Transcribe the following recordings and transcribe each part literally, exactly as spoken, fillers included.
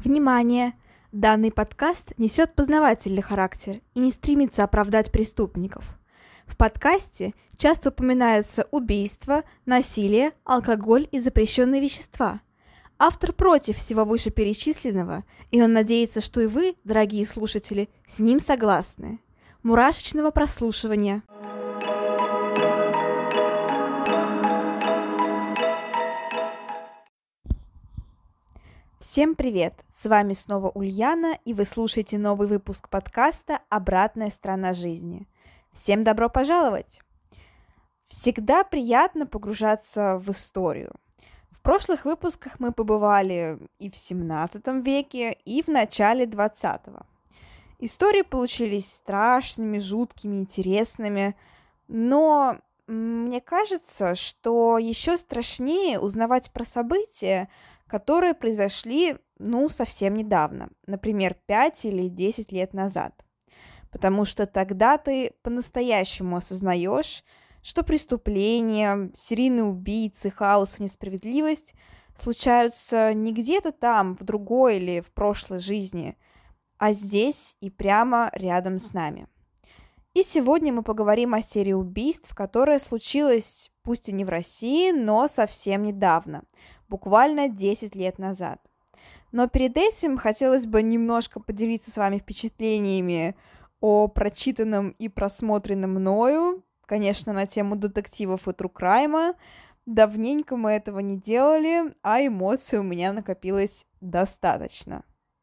Внимание! Данный подкаст несет познавательный характер и не стремится оправдать преступников. В подкасте часто упоминаются убийства, насилие, алкоголь и запрещенные вещества. Автор против всего вышеперечисленного, и он надеется, что и вы, дорогие слушатели, с ним согласны. Мурашечного прослушивания! Всем привет! С вами снова Ульяна, и вы слушаете новый выпуск подкаста «Обратная сторона жизни». Всем добро пожаловать! Всегда приятно погружаться в историю. В прошлых выпусках мы побывали и в семнадцатом веке, и в начале двадцатого. Истории получились страшными, жуткими, интересными, но мне кажется, что еще страшнее узнавать про события, которые произошли, ну, совсем недавно, например, пять или десять лет назад. Потому что тогда ты по-настоящему осознаешь, что преступления, серийные убийцы, хаос и несправедливость случаются не где-то там, в другой или в прошлой жизни, а здесь и прямо рядом с нами. И сегодня мы поговорим о серии убийств, которая случилась, пусть и не в России, но совсем недавно, буквально десять лет назад. Но перед этим хотелось бы немножко поделиться с вами впечатлениями о прочитанном и просмотренном мною, конечно, на тему детективов и true crime. Давненько мы этого не делали, а эмоций у меня накопилось достаточно.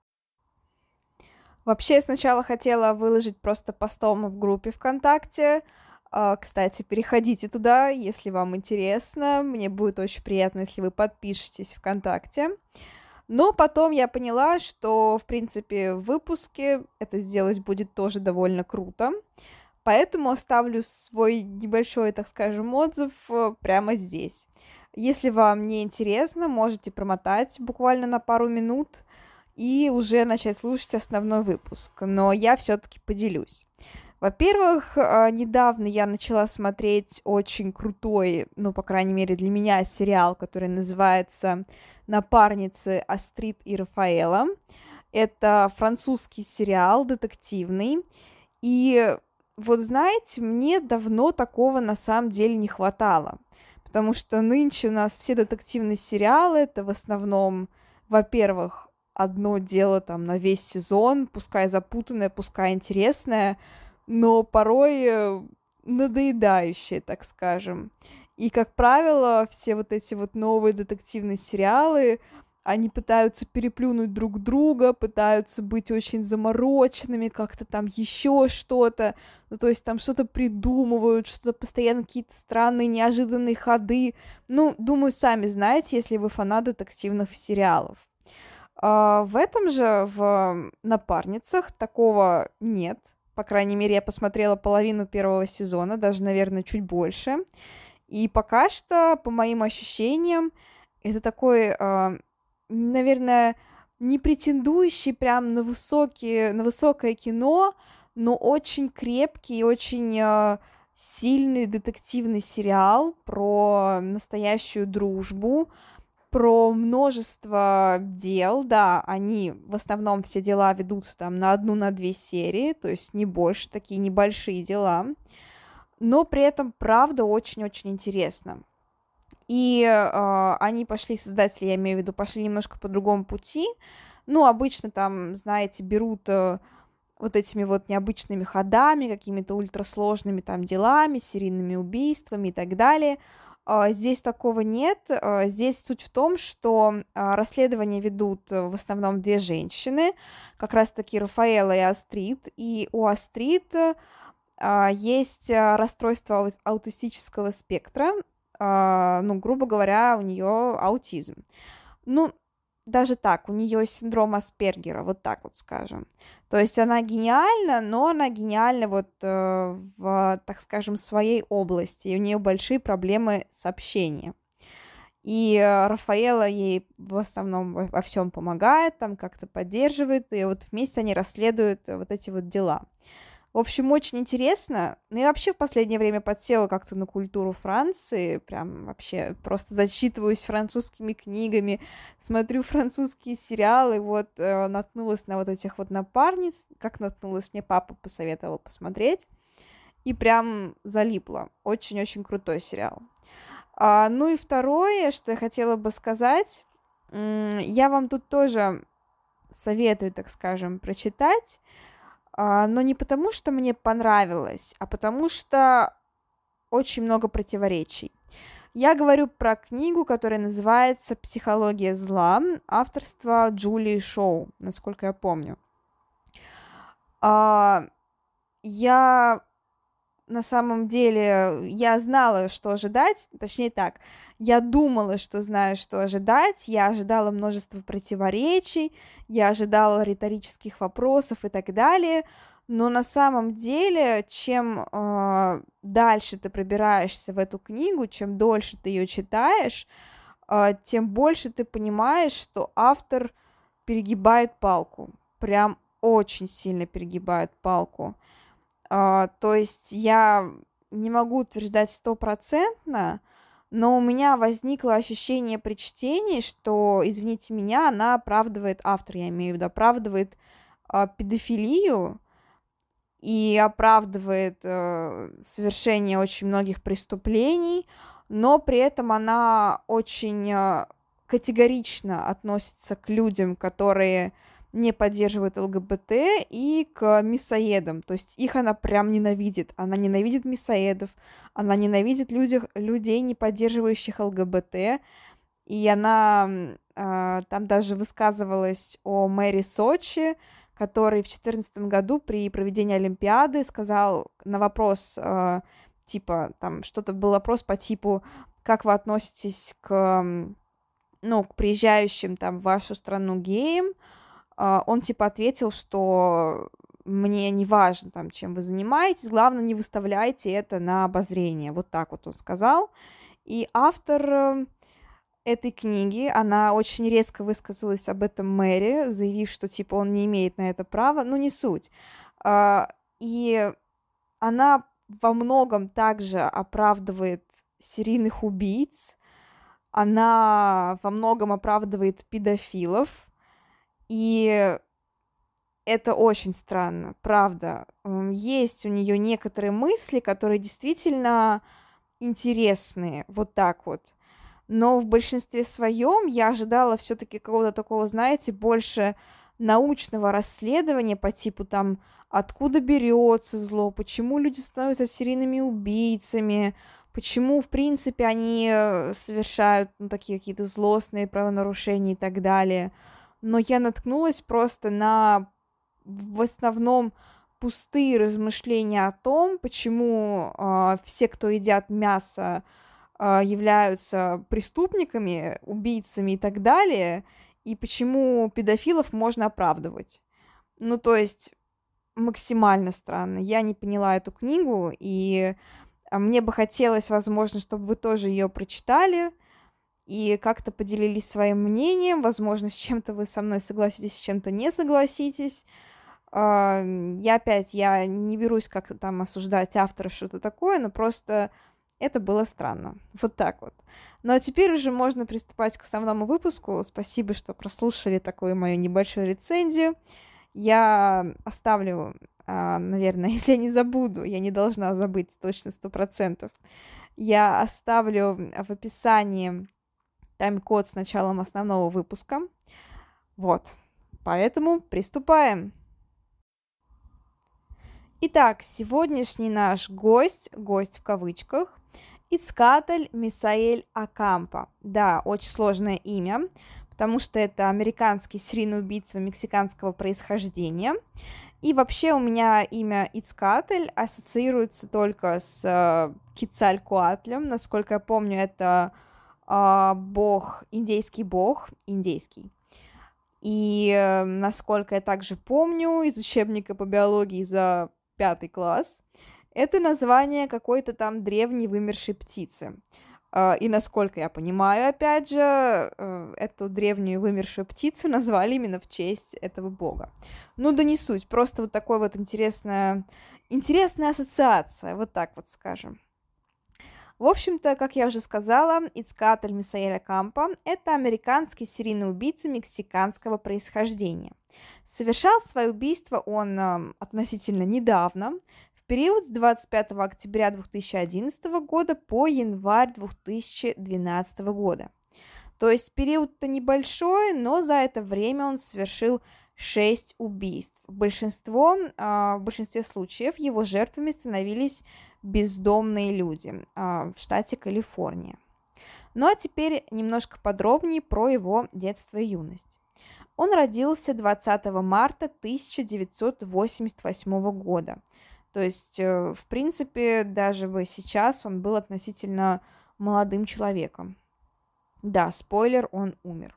Вообще, я сначала хотела выложить просто постом в группе ВКонтакте. Кстати, переходите туда, если вам интересно. Мне будет очень приятно, если вы подпишетесь ВКонтакте. Но потом я поняла, что, в принципе, в выпуске это сделать будет тоже довольно круто. Поэтому оставлю свой небольшой, так скажем, отзыв прямо здесь. Если вам не интересно, можете промотать буквально на пару минут и уже начать слушать основной выпуск. Но я все-таки поделюсь. Во-первых, недавно я начала смотреть очень крутой, ну, по крайней мере, для меня сериал, который называется «Напарницы Астрид и Рафаэла». Это французский сериал, детективный. И вот, знаете, мне давно такого на самом деле не хватало. Потому что нынче у нас все детективные сериалы — это в основном, во-первых, одно дело там на весь сезон, пускай запутанное, пускай интересное, но порой надоедающее, так скажем. И, как правило, все вот эти вот новые детективные сериалы, они пытаются переплюнуть друг друга, пытаются быть очень замороченными, как-то там еще что-то, ну, то есть там что-то придумывают, что-то постоянно какие-то странные, неожиданные ходы. Ну, думаю, сами знаете, если вы фанат детективных сериалов. Uh, в этом же, в «Напарницах», такого нет. По крайней мере, я посмотрела половину первого сезона, даже, наверное, чуть больше. И пока что, по моим ощущениям, это такой, uh, наверное, не претендующий прям на, высокие, на высокое кино, но очень крепкий и очень uh, сильный детективный сериал про настоящую дружбу, про множество дел, да, они в основном все дела ведутся там на одну, на две серии, то есть не больше, такие небольшие дела, но при этом, правда, очень-очень интересно. И э, они пошли, создатели, я имею в виду, пошли немножко по другому пути. Ну, обычно там, знаете, берут э, вот этими вот необычными ходами, какими-то ультрасложными там делами, серийными убийствами и так далее. Здесь такого нет. Здесь суть в том, что расследование ведут в основном две женщины, как раз-таки Рафаэла и Астрид. И у Астрид есть расстройство аутистического спектра, ну, грубо говоря, у нее аутизм. Ну, даже так, у нее синдром Аспергера, вот так вот скажем. То есть она гениальна, но она гениальна вот э, в, так скажем, своей области, и у нее большие проблемы с общением. И э, Рафаэла ей в основном во, во всем помогает, там как-то поддерживает, и вот вместе они расследуют вот эти вот дела. В общем, очень интересно. Ну и вообще в последнее время подсела как-то на культуру Франции. Прям вообще просто зачитываюсь французскими книгами, смотрю французские сериалы. Вот э, наткнулась на вот этих вот напарниц. Как наткнулась, мне папа посоветовал посмотреть. И прям залипла. Очень-очень крутой сериал. А, ну и второе, что я хотела бы сказать. м, Я вам тут тоже советую, так скажем, прочитать. А, но не потому, что мне понравилось, а потому что очень много противоречий. Я говорю про книгу, которая называется «Психология зла», авторства Джулии Шоу, насколько я помню. А, я на самом деле, я знала, что ожидать, точнее так, я думала, что знаю, что ожидать, я ожидала множество противоречий, я ожидала риторических вопросов и так далее, но на самом деле, чем э, дальше ты пробираешься в эту книгу, чем дольше ты ее читаешь, э, тем больше ты понимаешь, что автор перегибает палку, прям очень сильно перегибает палку. А, то есть я не могу утверждать стопроцентно, но у меня возникло ощущение при чтении, что, извините меня, она оправдывает, автор, я имею в виду, оправдывает а, педофилию и оправдывает э, совершение очень многих преступлений, но при этом она очень э, категорично относится к людям, которые не поддерживают ЛГБТ, и к мясоедам. То есть их она прям ненавидит. Она ненавидит мясоедов, она ненавидит людях, людей, не поддерживающих ЛГБТ. И она э, там даже высказывалась о мэре Сочи, который в две тысячи четырнадцатом году при проведении Олимпиады сказал на вопрос, э, типа, там что-то был вопрос по типу, как вы относитесь к, ну, к приезжающим там в вашу страну геям, Uh, он типа ответил, что мне не важно, там, чем вы занимаетесь, главное, не выставляйте это на обозрение. Вот так вот он сказал. И автор этой книги, она очень резко высказалась об этом мэре, заявив, что типа он не имеет на это права, ну не суть. Uh, и она во многом также оправдывает серийных убийц, она во многом оправдывает педофилов. И это очень странно, правда. Есть у нее некоторые мысли, которые действительно интересные, вот так вот. Но в большинстве своем я ожидала все-таки какого-то такого, знаете, больше научного расследования по типу там, откуда берется зло, почему люди становятся серийными убийцами, почему, в принципе, они совершают ну, такие какие-то злостные правонарушения и так далее. Но я наткнулась просто на, в основном, пустые размышления о том, почему э, все, кто едят мясо, э, являются преступниками, убийцами и так далее, и почему педофилов можно оправдывать. Ну, то есть, максимально странно. Я не поняла эту книгу, и мне бы хотелось, возможно, чтобы вы тоже ее прочитали, и как-то поделились своим мнением. Возможно, с чем-то вы со мной согласитесь, с чем-то не согласитесь. Я опять, я не берусь как-то там осуждать автора, что-то такое, но просто это было странно. Вот так вот. Ну а теперь уже можно приступать к основному выпуску. Спасибо, что прослушали такую мою небольшую рецензию. Я оставлю, наверное, если я не забуду, я не должна забыть точно сто процентов, я оставлю в описании тайм-код с началом основного выпуска. Вот. Поэтому приступаем. Итак, сегодняшний наш гость, гость в кавычках, Ицкатль Мисаэль Акампо. Да, очень сложное имя, потому что это американский серийный убийца мексиканского происхождения. И вообще у меня имя Ицкатль ассоциируется только с э, Кецалькоатлем. Насколько я помню, это Uh, бог, индейский бог, индейский. И, э, насколько я также помню из учебника по биологии за пятый класс, это название какой-то там древней вымершей птицы. Uh, и, насколько я понимаю, опять же, uh, эту древнюю вымершую птицу назвали именно в честь этого бога. Ну да не суть, просто вот такое вот интересное, интересная ассоциация, вот так вот скажем. В общем-то, как я уже сказала, Ицкаатль Мисаэля Кампа – это американский серийный убийца мексиканского происхождения. Совершал свое убийство он э, относительно недавно, в период с двадцать пятого октября две тысячи одиннадцатого года по январь две тысячи двенадцатого года. То есть период-то небольшой, но за это время он совершил шесть убийств. Большинство, э, в большинстве случаев его жертвами становились бездомные люди а, в штате Калифорния. Ну а теперь немножко подробнее про его детство и юность. Он родился двадцатого марта тысяча девятьсот восемьдесят восьмого года. То есть, в принципе, даже бы сейчас он был относительно молодым человеком. Да, спойлер, он умер.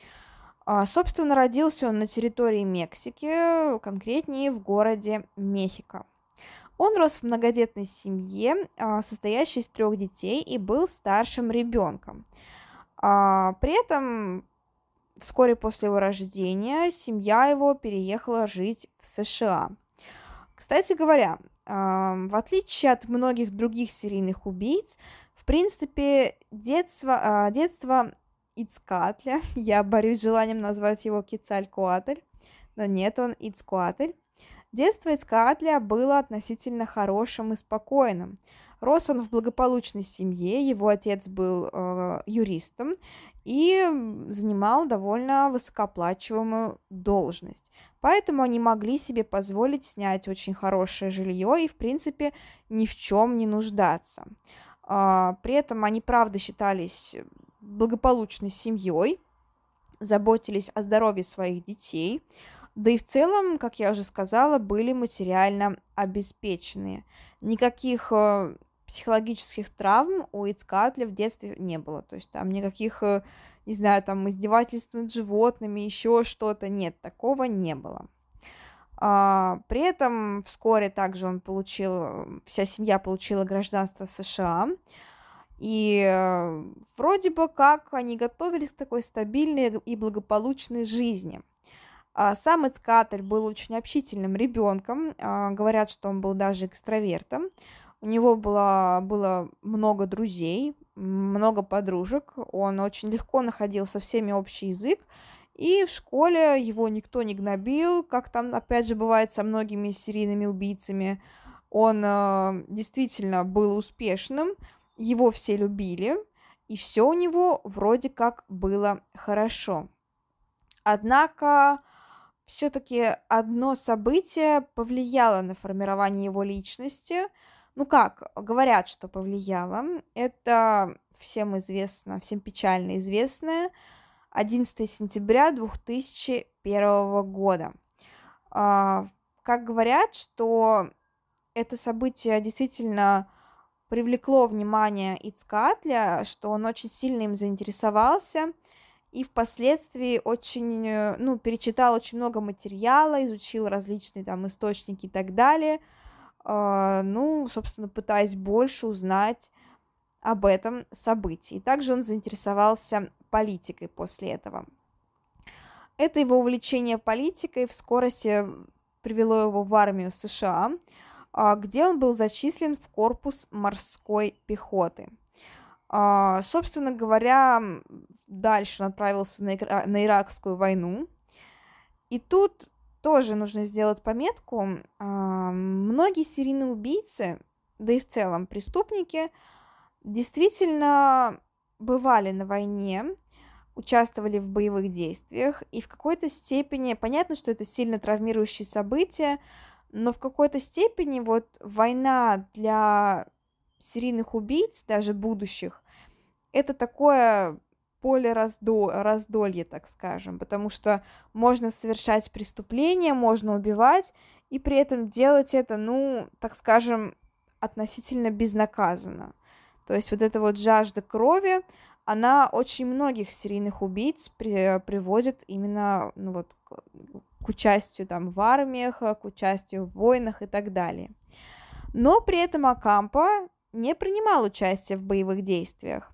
А, собственно, родился он на территории Мексики, конкретнее в городе Мехико. Он рос в многодетной семье, состоящей из трех детей, и был старшим ребенком. При этом вскоре после его рождения семья его переехала жить в США. Кстати говоря, в отличие от многих других серийных убийц, в принципе, детство, детство Ицкаатля, я борюсь с желанием назвать его Кецалькоатль, но нет, он Ицкоатль. Детство Ицкаатля было относительно хорошим и спокойным. Рос он в благополучной семье, его отец был э, юристом и занимал довольно высокооплачиваемую должность. Поэтому они могли себе позволить снять очень хорошее жилье и, в принципе, ни в чем не нуждаться. Э, при этом они, правда, считались благополучной семьей, заботились о здоровье своих детей, да и в целом, как я уже сказала, были материально обеспеченные. Никаких э, психологических травм у Ицкаатля в детстве не было. То есть там никаких, э, не знаю, там издевательств над животными, еще что-то. Нет, такого не было. А, при этом вскоре также он получил, вся семья получила гражданство США. И э, вроде бы как они готовились к такой стабильной и благополучной жизни. Сам Ицкаатль был очень общительным ребенком. Говорят, что он был даже экстравертом. У него было, было много друзей, много подружек. Он очень легко находил со всеми общий язык. И в школе его никто не гнобил, как там, опять же, бывает со многими серийными убийцами. Он действительно был успешным, его все любили, и все у него вроде как было хорошо. Однако все-таки одно событие повлияло на формирование его личности. Ну как, говорят, что повлияло. Это всем известно, всем печально известное одиннадцатого сентября две тысячи первого года. Как говорят, что это событие действительно привлекло внимание Ицкаатля, что он очень сильно им заинтересовался, и впоследствии очень, ну, перечитал очень много материала, изучил различные там источники и так далее, э, ну, собственно, пытаясь больше узнать об этом событии. Также он заинтересовался политикой после этого. Это его увлечение политикой в скорости привело его в армию США, где он был зачислен в корпус морской пехоты. Uh, собственно говоря, дальше он отправился на, ира- на Иракскую войну. И тут тоже нужно сделать пометку. Uh, многие серийные убийцы, да и в целом преступники, действительно бывали на войне, участвовали в боевых действиях. И в какой-то степени, понятно, что это сильно травмирующие события, но в какой-то степени вот война для серийных убийц, даже будущих, это такое поле раздо- раздолья, так скажем, потому что можно совершать преступления, можно убивать, и при этом делать это, ну, так скажем, относительно безнаказанно. То есть вот эта вот жажда крови, она очень многих серийных убийц при- приводит именно, ну, вот, к, к участию там в армиях, к участию в войнах и так далее. Но при этом Окампо не принимал участие в боевых действиях.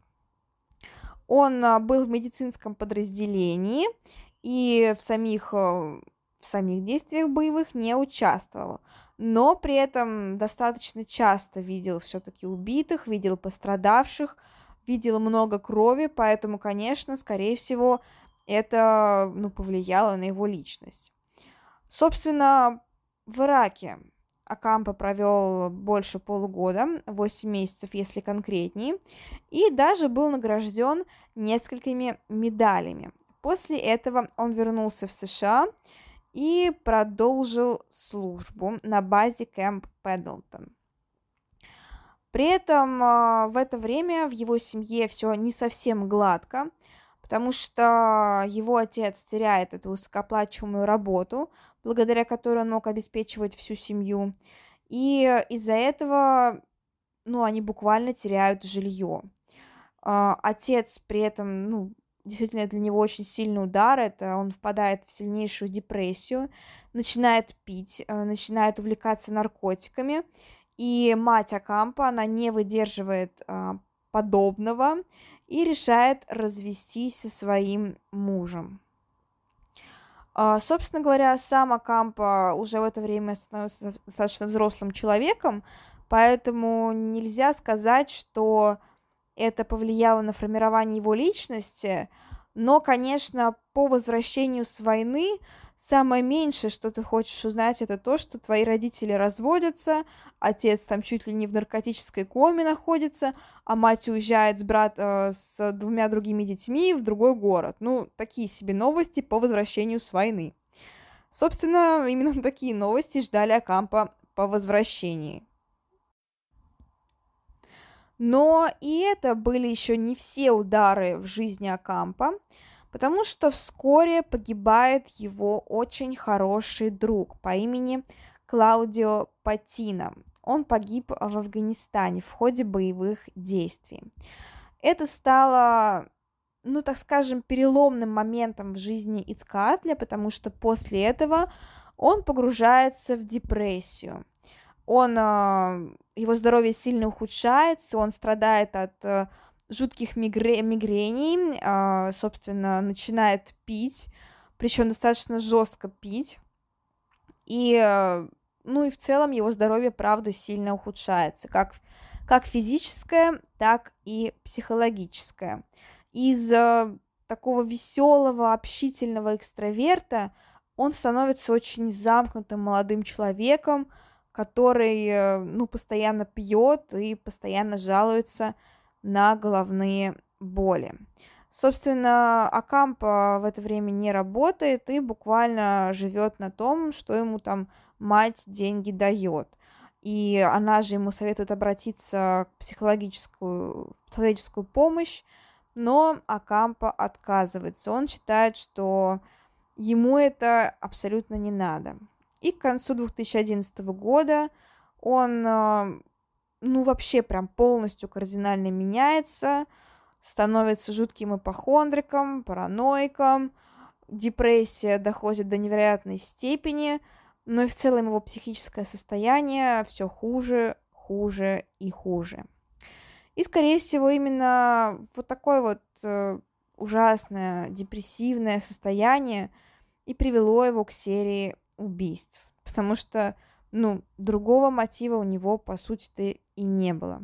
Он был в медицинском подразделении и в самих, в самих действиях боевых не участвовал. но при этом достаточно часто видел все-таки убитых, видел пострадавших, видел много крови, поэтому, конечно, скорее всего, это, ну, повлияло на его личность. Собственно, в Ираке Акампо провел больше полугода, восемь месяцев, если конкретнее, и даже был награжден несколькими медалями. После этого он вернулся в США и продолжил службу на базе Кэмп Пендлтон. При этом а, в это время в его семье все не совсем гладко, потому что его отец теряет эту высокооплачиваемую работу, благодаря которой он мог обеспечивать всю семью, и из-за этого, ну, они буквально теряют жилье. А, Отец при этом, ну, действительно для него очень сильный удар, это он впадает в сильнейшую депрессию, начинает пить, э, начинает увлекаться наркотиками, и мать Акампа, она не выдерживает а, подобного и решает развестись со своим мужем. А, Собственно говоря, сам Акампо уже в это время становится достаточно взрослым человеком, поэтому нельзя сказать, что это повлияло на формирование его личности, но, конечно, по возвращению с войны самое меньшее, что ты хочешь узнать, это то, что твои родители разводятся, отец там чуть ли не в наркотической коме находится, а мать уезжает с брат э, с двумя другими детьми в другой город. Ну, такие себе новости по возвращению с войны. Собственно, именно такие новости ждали Акампо по возвращении. Но и это были еще не все удары в жизни Акампо, потому что вскоре погибает его очень хороший друг по имени Клаудио Патино. Он погиб в Афганистане в ходе боевых действий. Это стало, ну, так скажем, переломным моментом в жизни Ицкаатля, потому что после этого он погружается в депрессию. Он, а, его здоровье сильно ухудшается, он страдает от а, жутких мигре- мигрений, а, собственно, начинает пить, причем достаточно жестко пить. И, а, ну и в целом его здоровье, правда, сильно ухудшается, как, как физическое, так и психологическое. Из а, такого веселого, общительного экстраверта он становится очень замкнутым молодым человеком, который, э, ну, постоянно пьет и постоянно жалуется на головные боли. Собственно, Акампо в это время не работает и буквально живет на том, что ему там мать деньги дает. И она же ему советует обратиться к психологическую, в психологическую помощь, но Акампо отказывается. Он считает, что ему это абсолютно не надо. И к концу две тысячи одиннадцатого года он, а, ну, вообще прям полностью кардинально меняется, становится жутким ипохондриком, параноиком, депрессия доходит до невероятной степени, но и в целом его психическое состояние все хуже, хуже и хуже. И, скорее всего, именно вот такое вот э, ужасное депрессивное состояние и привело его к серии убийств, потому что, ну, другого мотива у него, по сути-то, и не было.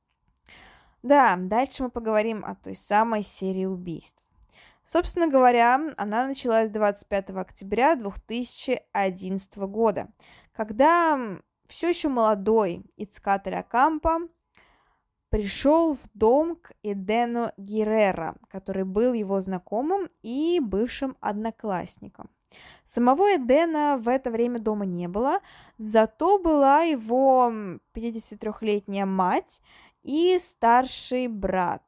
Да, дальше мы поговорим о той самой серии убийств. Собственно говоря, она началась двадцать пятого октября две тысячи одиннадцатого года, когда все еще молодой Ицкатль Акампо пришел в дом к Эдену Геррера, который был его знакомым и бывшим одноклассником. Самого Эдена в это время дома не было, зато была его пятидесятитрёхлетняя мать и старший брат.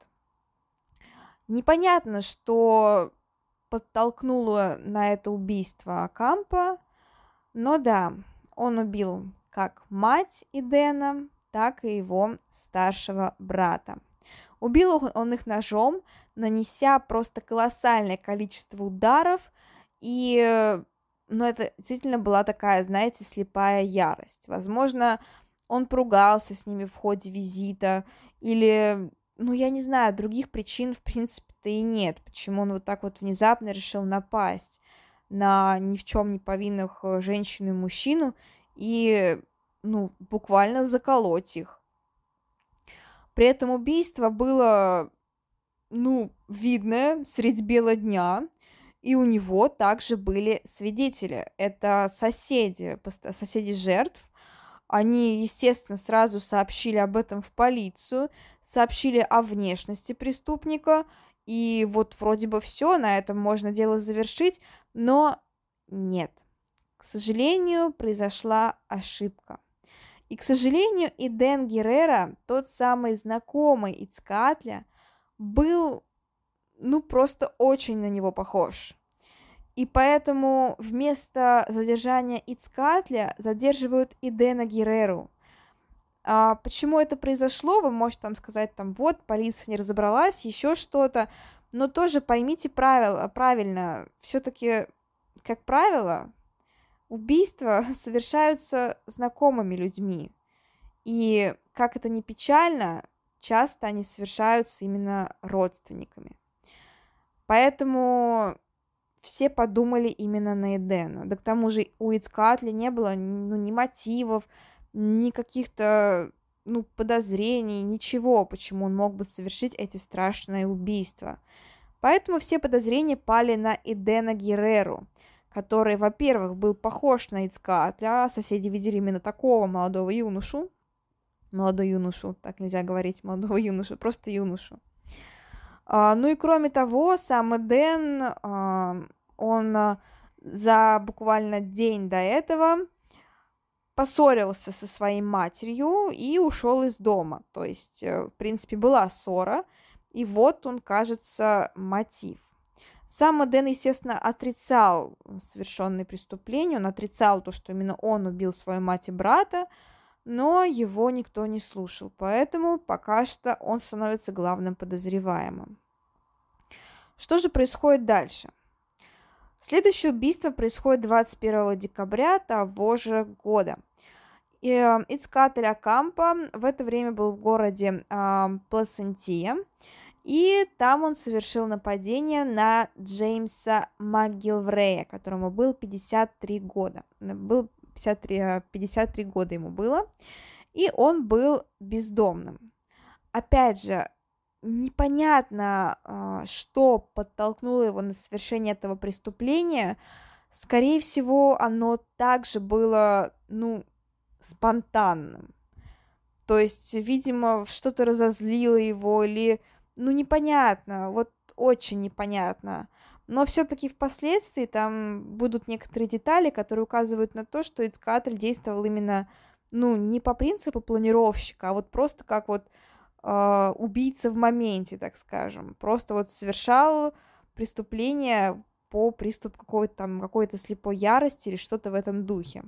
Непонятно, что подтолкнуло на это убийство Акампо, но да, он убил как мать Эдена, так и его старшего брата. Убил он их ножом, нанеся просто колоссальное количество ударов, и, ну, это действительно была такая, знаете, слепая ярость. Возможно, он поругался с ними в ходе визита, или, ну, я не знаю, других причин, в принципе-то и нет, почему он вот так вот внезапно решил напасть на ни в чем не повинных женщину и мужчину и ну, буквально заколоть их. При этом убийство было, ну, видное средь бела дня, и у него также были свидетели. Это соседи, пост- соседи жертв. Они, естественно, сразу сообщили об этом в полицию, сообщили о внешности преступника, и вот вроде бы все, на этом можно дело завершить, но нет. К сожалению, произошла ошибка. И, к сожалению, Иден Геррера, тот самый знакомый Ицкаатля, был, ну, просто очень на него похож. И поэтому вместо задержания Ицкаатля задерживают Идена Герреру. А почему это произошло, вы можете там сказать, там, вот, полиция не разобралась, еще что-то, но тоже поймите правило, правильно, все-таки, как правило, убийства совершаются знакомыми людьми. И, как это ни печально, часто они совершаются именно родственниками. Поэтому все подумали именно на Эдена. Да к тому же у Ицкаатля не было ну, ни мотивов, ни каких-то ну, подозрений, ничего, почему он мог бы совершить эти страшные убийства. Поэтому все подозрения пали на Эдена Герреру, который, во-первых, был похож на Ицкаатля, а соседи видели именно такого молодого юношу, молодой юношу, так нельзя говорить, молодого юношу, просто юношу. А, ну и кроме того, сам Эден, а, он а, за буквально день до этого поссорился со своей матерью и ушел из дома. То есть, э, в принципе, была ссора, и вот он, кажется, мотив. Сам Эден, естественно, отрицал совершенные преступления, он отрицал то, что именно он убил свою мать и брата, но его никто не слушал, поэтому пока что он становится главным подозреваемым. Что же происходит дальше? Следующее убийство происходит двадцать первого декабря того же года. Ицкаатель Акампо в это время был в городе э, Пласентия, и там он совершил нападение на Джеймса МакГилврея, которому было пятьдесят три года. Был пятьдесят три, пятьдесят три года ему было, и он был бездомным. Опять же, непонятно, что подтолкнуло его на совершение этого преступления. Скорее всего, оно также было, ну, спонтанным. То есть, видимо, что-то разозлило его или, ну, непонятно, вот очень непонятно. Но все-таки впоследствии там будут некоторые детали, которые указывают на то, что Ицкаатель действовал именно, ну, не по принципу планировщика, а вот просто как вот э, убийца в моменте, так скажем. Просто вот совершал преступление по приступу какой-то там, какой-то слепой ярости или что-то в этом духе.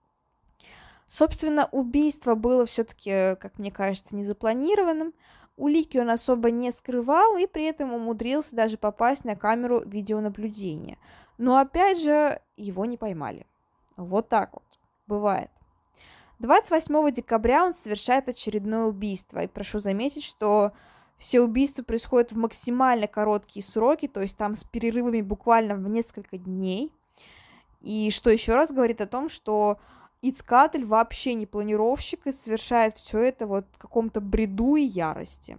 Собственно, убийство было все-таки, как мне кажется, незапланированным. Улики он особо не скрывал и при этом умудрился даже попасть на камеру видеонаблюдения. Но опять же, его не поймали. Вот так вот. Бывает. двадцать восьмого декабря он совершает очередное убийство. И прошу заметить, что все убийства происходят в максимально короткие сроки, то есть там с перерывами буквально в несколько дней. И что еще раз говорит о том, что Ицкаатель вообще не планировщик и совершает все это вот в каком-то бреду и ярости.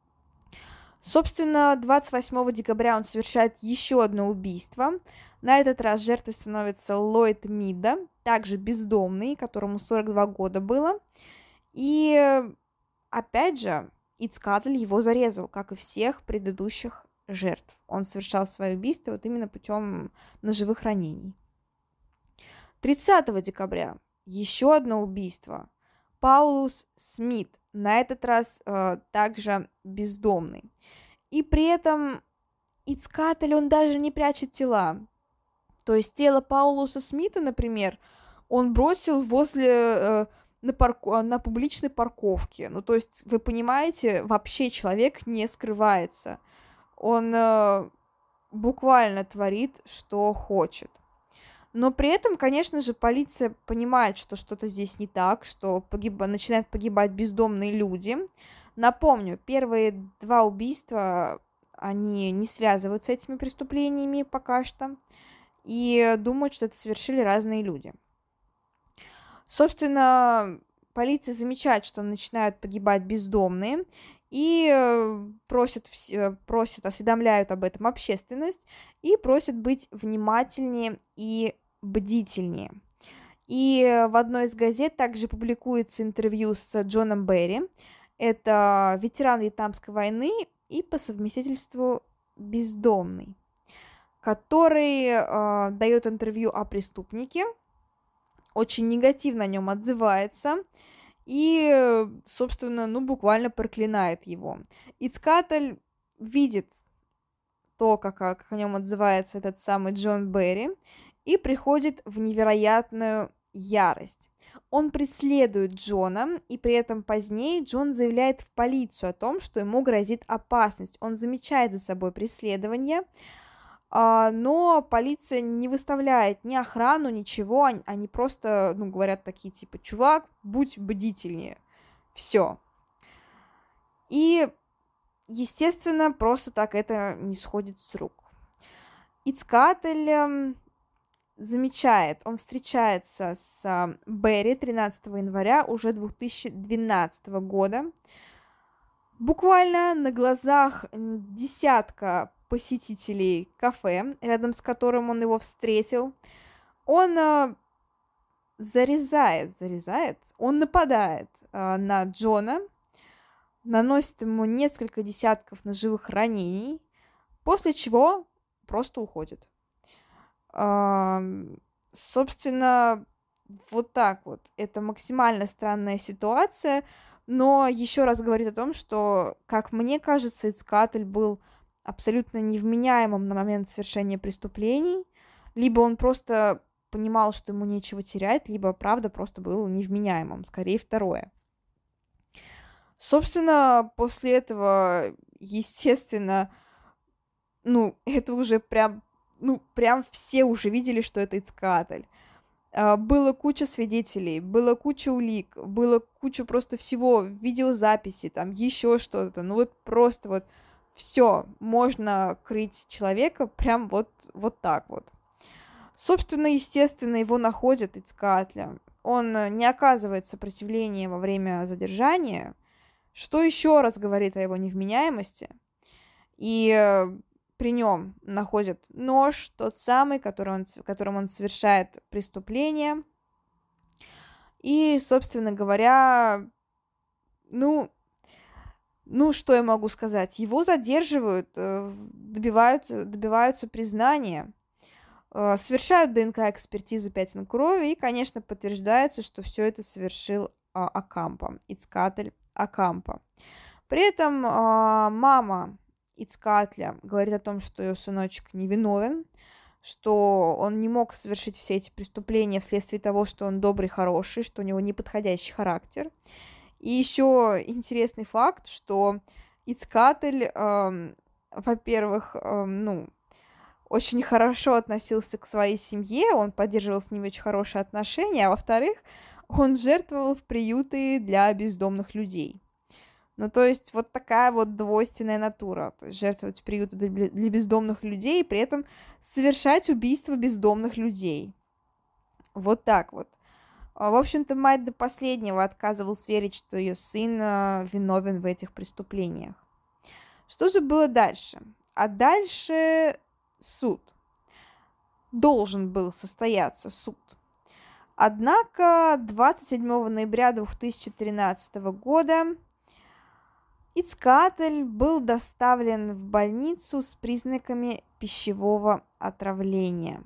Собственно, двадцать восьмого декабря он совершает еще одно убийство. На этот раз жертвой становится Ллойд Мидда, также бездомный, которому сорок два года было. И опять же, Ицкаатель его зарезал, как и всех предыдущих жертв. Он совершал свое убийство вот именно путем ножевых ранений. тридцатого декабря еще одно убийство. Паулус Смит, на этот раз э, также бездомный. И при этом Ицкаатель, он даже не прячет тела. То есть тело Паулуса Смита, например, он бросил возле, э, на, парку, на публичной парковке. Ну, то есть, вы понимаете, вообще человек не скрывается. Он э, буквально творит, что хочет. Но при этом, конечно же, полиция понимает, что что-то здесь не так, что погиб... начинают погибать бездомные люди. Напомню, первые два убийства, они не связываются с этими преступлениями пока что, и думают, что это совершили разные люди. Собственно, полиция замечает, что начинают погибать бездомные, и э, просят, вс- просят, осведомляют об этом общественность и просят быть внимательнее и бдительнее. И в одной из газет также публикуется интервью с Джоном Берри. Это ветеран Вьетнамской войны и по совместительству бездомный, который э, дает интервью о преступнике, очень негативно о нем отзывается и, собственно, ну, буквально проклинает его. Ицкатль видит то, как, как о нем отзывается этот самый Джон Берри, и приходит в невероятную ярость. Он преследует Джона, и при этом позднее Джон заявляет в полицию о том, что ему грозит опасность. Он замечает за собой преследование, а, но полиция не выставляет ни охрану, ничего, они, они просто, ну, говорят такие, типа, чувак, будь бдительнее, все. И, естественно, просто так это не сходит с рук. Ицкатль эм, замечает, он встречается с э, Берри тринадцатого января уже две тысячи двенадцатого года, буквально на глазах десятка посетителей кафе, рядом с которым он его встретил. Он э, зарезает, зарезает, он нападает э, на Джона, наносит ему несколько десятков ножевых ранений, после чего просто уходит. Э, собственно, вот так вот. Это максимально странная ситуация, но еще раз говорит о том, что, как мне кажется, Ицкатль был абсолютно невменяемым на момент совершения преступлений, либо он просто понимал, что ему нечего терять, либо, правда, просто был невменяемым, скорее второе. Собственно, после этого, естественно, ну, это уже прям, ну, прям все уже видели, что это Ицкатль. Было куча свидетелей, было куча улик, было куча просто всего, видеозаписи, там еще что-то. Ну вот просто вот все, можно крыть человека прям вот, вот так вот. Собственно, естественно, его находят Ицкатля. Он не оказывает сопротивления во время задержания, что еще раз говорит о его невменяемости. И при нем находят нож, тот самый, который он, которым он совершает преступление. И, собственно говоря, ну, ну, что я могу сказать? Его задерживают, добивают, добиваются признания, совершают ДНК-экспертизу пятен крови, и, конечно, подтверждается, что все это совершил Акампо, Ицкатль Акампо. При этом мама Ицкатля говорит о том, что ее сыночек невиновен, что он не мог совершить все эти преступления вследствие того, что он добрый, хороший, что у него неподходящий характер. И еще интересный факт, что Ицкатль, э, во-первых, э, ну, очень хорошо относился к своей семье, он поддерживал с ними очень хорошие отношения, а во-вторых, он жертвовал в приюты для бездомных людей. Ну, то есть, вот такая вот двойственная натура. То есть, жертвовать приюты для бездомных людей и при этом совершать убийство бездомных людей. Вот так вот. В общем-то, мать до последнего отказывалась верить, что ее сын виновен в этих преступлениях. Что же было дальше? А дальше суд. Должен был состояться суд. Однако двадцать седьмого ноября две тысячи тринадцатого года Ицкатль был доставлен в больницу с признаками пищевого отравления.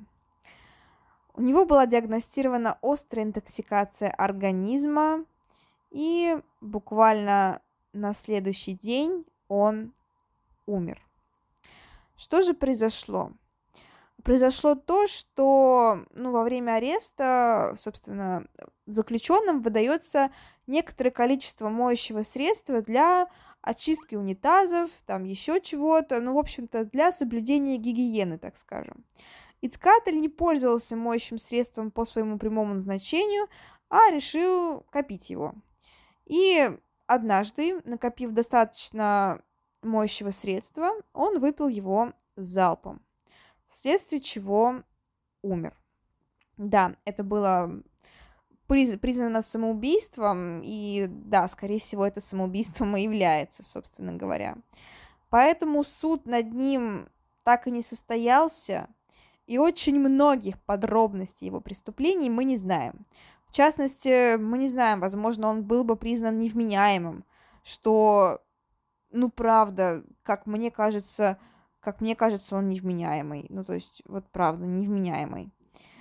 У него была диагностирована острая интоксикация организма, и буквально на следующий день он умер. Что же произошло? Произошло то, что ну, во время ареста, собственно, заключенным выдается некоторое количество моющего средства для очистки унитазов, там еще чего-то, ну, в общем-то, для соблюдения гигиены, так скажем. Ицкатль не пользовался моющим средством по своему прямому назначению, а решил копить его. И однажды, накопив достаточно моющего средства, он выпил его залпом, вследствие чего умер. Да, это было приз- признано самоубийством, и да, скорее всего, это самоубийством и является, собственно говоря. Поэтому суд над ним так и не состоялся, и очень многих подробностей его преступлений мы не знаем. В частности, мы не знаем, возможно, он был бы признан невменяемым, что, ну, правда, как мне кажется, как мне кажется, он невменяемый. Ну, то есть, вот правда, невменяемый.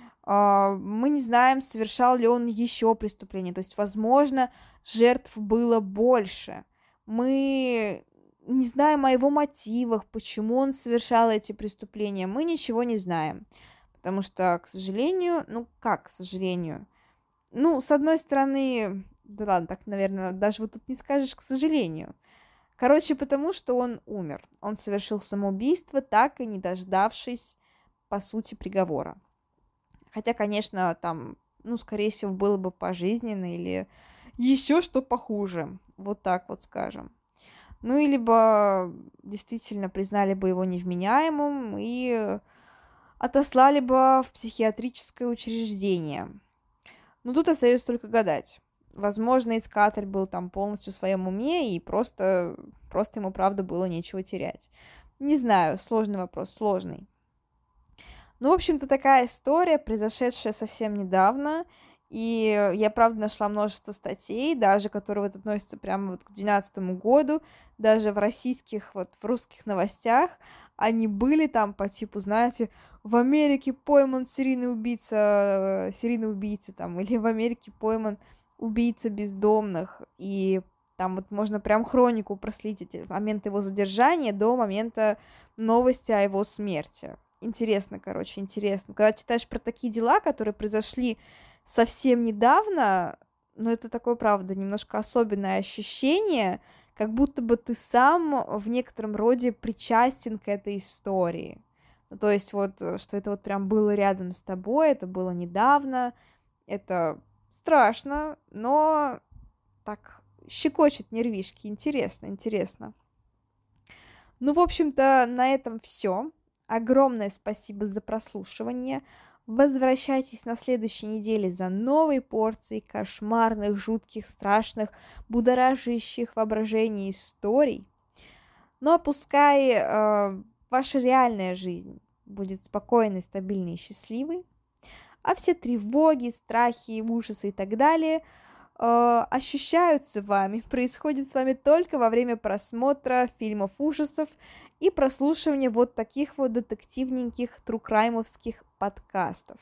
А, Мы не знаем, совершал ли он еще преступления. То есть, возможно, жертв было больше. Мы не знаем о его мотивах, почему он совершал эти преступления. Мы ничего не знаем. Потому что, к сожалению, ну как, к сожалению, ну, с одной стороны, да ладно, так, наверное, даже вот тут не скажешь, к сожалению. Короче, потому что он умер. Он совершил самоубийство, так и не дождавшись, по сути, приговора. Хотя, конечно, там, ну, скорее всего, было бы пожизненно или еще что похуже. Вот так вот скажем. Ну, и либо действительно признали бы его невменяемым и отослали бы в психиатрическое учреждение. Но тут остается только гадать. Возможно, искатель был там полностью в своем уме, и просто, просто ему, правда, было нечего терять. Не знаю, сложный вопрос, сложный. Ну, в общем-то, такая история, произошедшая совсем недавно, и я, правда, нашла множество статей, даже которые вот относятся прямо вот к двенадцатому году, даже в российских, вот в русских новостях, они были там по типу, знаете, в Америке пойман серийный убийца, э, серийный убийца там, или в Америке пойман убийца бездомных, и там вот можно прям хронику проследить от момента его задержания до момента новости о его смерти. Интересно, короче, интересно. Когда читаешь про такие дела, которые произошли совсем недавно, но это такое, правда, немножко особенное ощущение, как будто бы ты сам в некотором роде причастен к этой истории. Ну, то есть вот, э, что это вот прям было рядом с тобой, это было недавно, это страшно, но так щекочет нервишки. Интересно, интересно. Ну, в общем-то, на этом все. Огромное спасибо за прослушивание. Возвращайтесь на следующей неделе за новой порцией кошмарных, жутких, страшных, будоражащих воображение историй. Ну а пускай э, ваша реальная жизнь будет спокойной, стабильной и счастливой, а все тревоги, страхи, ужасы и так далее э, ощущаются вами, происходят с вами только во время просмотра фильмов ужасов и прослушивания вот таких вот детективненьких трукраймовских подкастов.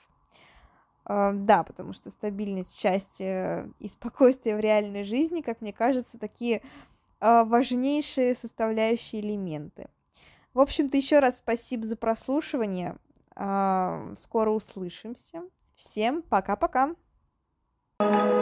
Э, да, потому что стабильность, счастье и спокойствие в реальной жизни, как мне кажется, такие э, важнейшие составляющие элементы. В общем-то, еще раз спасибо за прослушивание. Э, скоро услышимся. Всем пока-пока.